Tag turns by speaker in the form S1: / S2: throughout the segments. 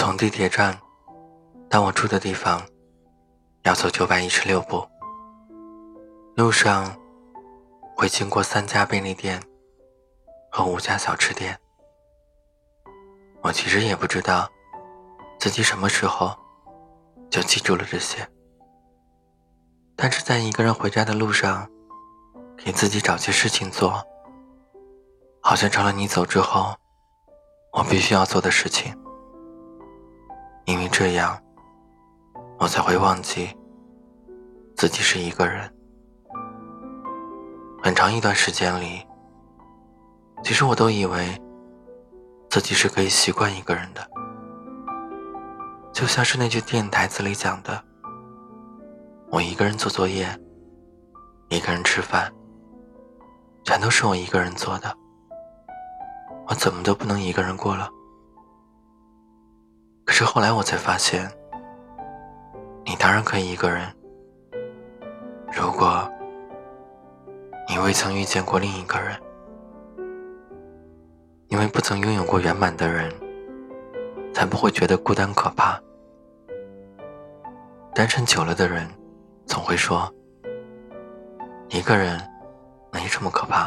S1: 从地铁站到我住的地方要走916步，路上会经过3家便利店和5家小吃店。我其实也不知道自己什么时候就记住了这些，但是在一个人回家的路上给自己找些事情做，好像成了你走之后我必须要做的事情，因为这样我才会忘记自己是一个人。很长一段时间里，其实我都以为自己是可以习惯一个人的，就像是那句电影台词里讲的，我一个人做作业，一个人吃饭，全都是我一个人做的，我怎么都不能一个人过了。可是后来我才发现，你当然可以一个人，如果你未曾遇见过另一个人。因为不曾拥有过圆满的人，才不会觉得孤单可怕。单身久了的人总会说，一个人没什么可怕。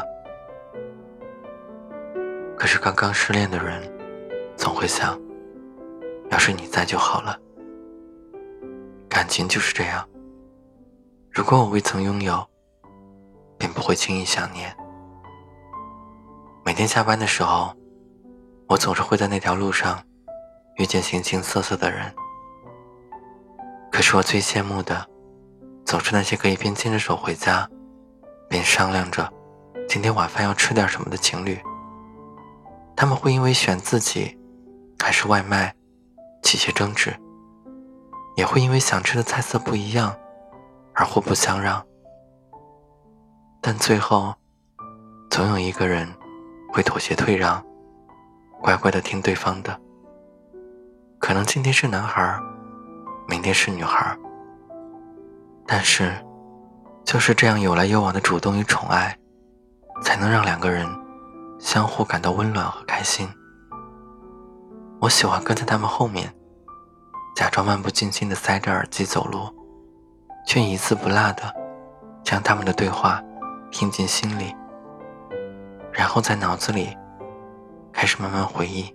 S1: 可是刚刚失恋的人总会想，要是你在就好了。感情就是这样，如果我未曾拥有，便不会轻易想念。每天下班的时候，我总是会在那条路上遇见形形色色的人，可是我最羡慕的总是那些可以边牵着手回家边商量着今天晚饭要吃点什么的情侣。他们会因为选自己还是外卖起些争执，也会因为想吃的菜色不一样而互不相让，但最后总有一个人会妥协退让，乖乖地听对方的。可能今天是男孩，明天是女孩，但是就是这样有来有往的主动与宠爱，才能让两个人相互感到温暖和开心。我喜欢跟在他们后面，假装漫不经心地塞着耳机走路，却一字不落地将他们的对话听进心里，然后在脑子里开始慢慢回忆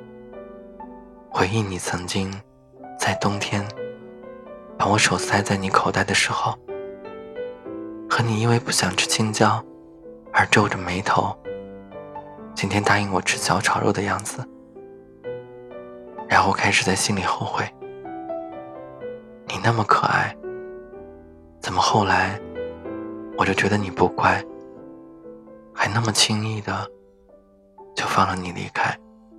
S1: 你曾经在冬天把我手塞在你口袋的时候，和你因为不想吃青椒而皱着眉头今天答应我吃小炒肉的样子，然后开始在心里后悔，你那么可爱，怎么后来我就觉得你不乖，还那么轻易的就放了你离开。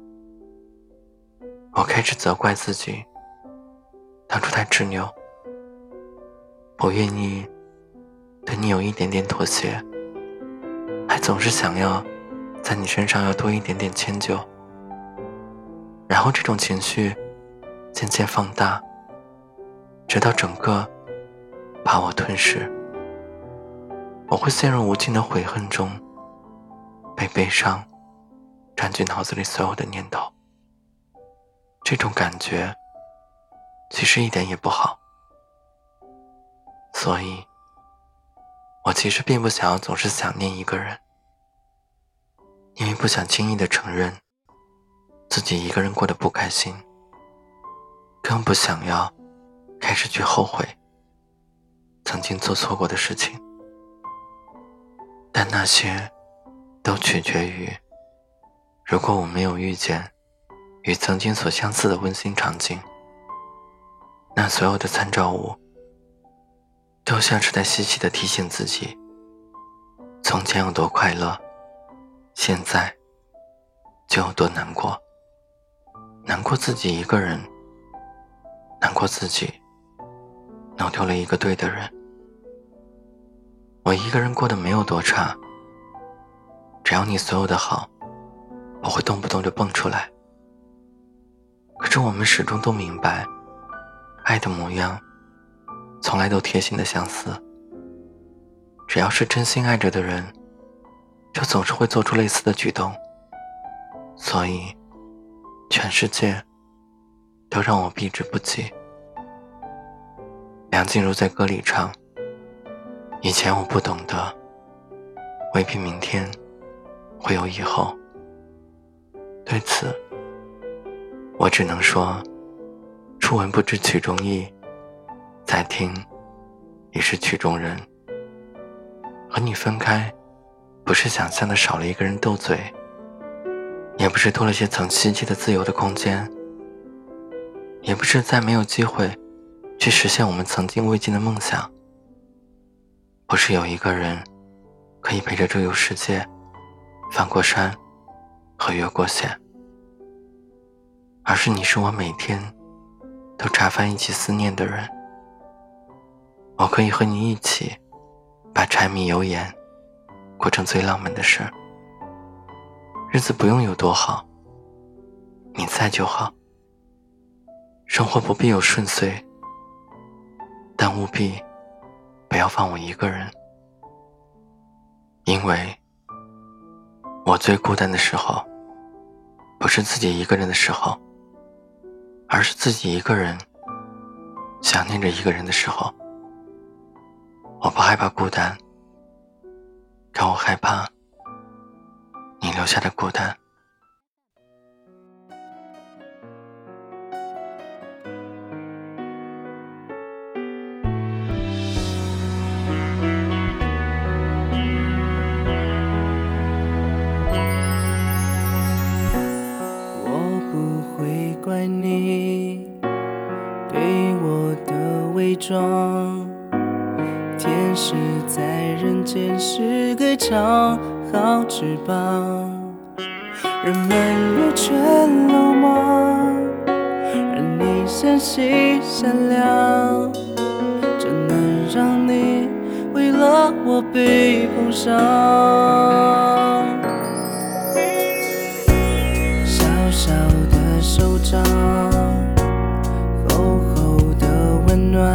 S1: 我开始责怪自己当初太执拗，不愿意对你有一点点妥协，还总是想要在你身上要多一点点迁就，然后这种情绪渐渐放大，直到整个把我吞噬。我会陷入无尽的悔恨中，被悲伤占据脑子里所有的念头。这种感觉其实一点也不好，所以我其实并不想要总是想念一个人，因为不想轻易地承认自己一个人过得不开心，更不想要开始去后悔曾经做错过的事情。但那些都取决于，如果我没有遇见与曾经所相似的温馨场景，那所有的参照物都像是在细细地提醒自己，从前有多快乐，现在就有多难过。难过自己一个人，难过自己弄丢了一个对的人。我一个人过得没有多差，只要你所有的好，我会动不动就蹦出来。可是我们始终都明白，爱的模样从来都贴心的相似，只要是真心爱着的人，就总是会做出类似的举动。所以全世界都让我避之不及。梁静茹在歌里唱，以前我不懂得，未必明天会有以后。对此我只能说，初闻不知曲中意，再听已是曲中人。和你分开，不是想象的少了一个人斗嘴，也不是多了些曾希冀的自由的空间，也不是再没有机会去实现我们曾经未尽的梦想，不是有一个人可以陪着周游世界，翻过山和越过险，而是你是我每天都茶饭一起思念的人。我可以和你一起把柴米油盐过成最浪漫的事，日子不用有多好，你在就好。生活不必有顺遂，但务必不要放我一个人，因为我最孤单的时候，不是自己一个人的时候，而是自己一个人想念着一个人的时候。我不害怕孤单，可我害怕你留下的孤单。
S2: 我不会怪你对我的伪装，天使在人间是个长好翅膀，人们越圈鲁莽，让你纤细善良，这能让你为了我被碰伤。小小的手掌，厚厚的温暖，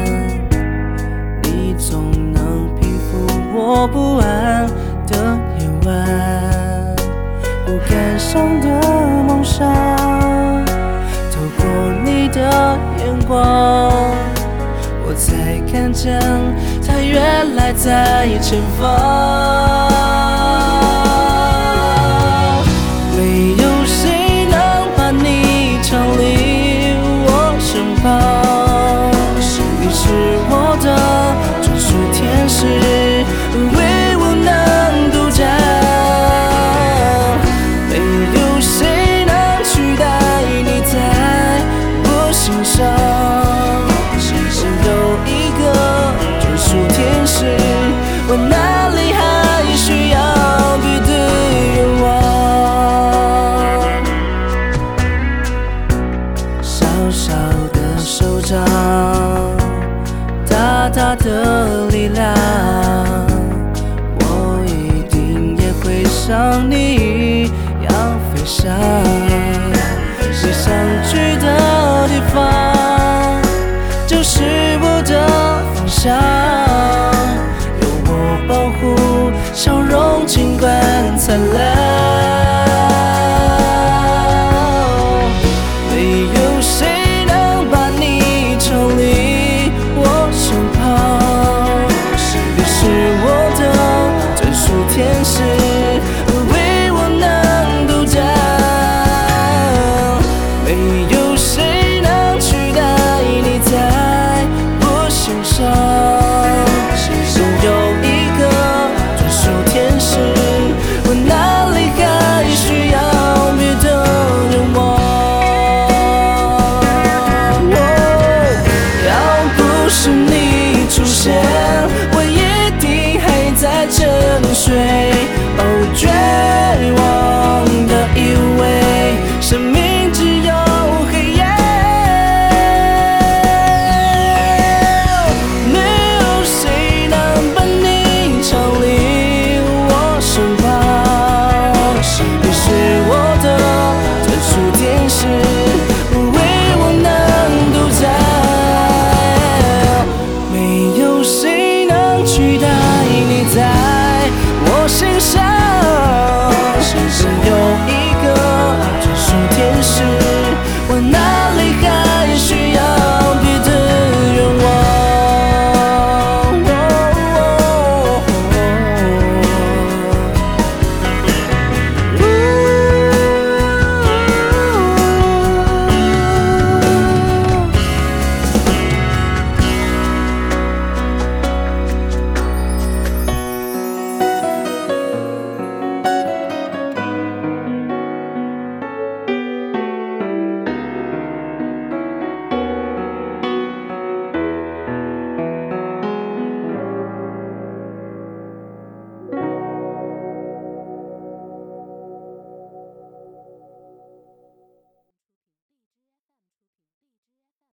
S2: 你总能平复我不安的夜晚。不敢想的梦想，透过你的眼光，我才看见它原来在前方。没有谁能把你常离我身旁，你是我的专属天使，唯我能独占。没有谁能取代你在我心上，有一个专属天使，我哪里还需要别的愿望？小小的手掌，大大的力量，我一定也会像你一样飞翔。你想去的地方，就是我的方向。有我保护，笑容尽管灿烂。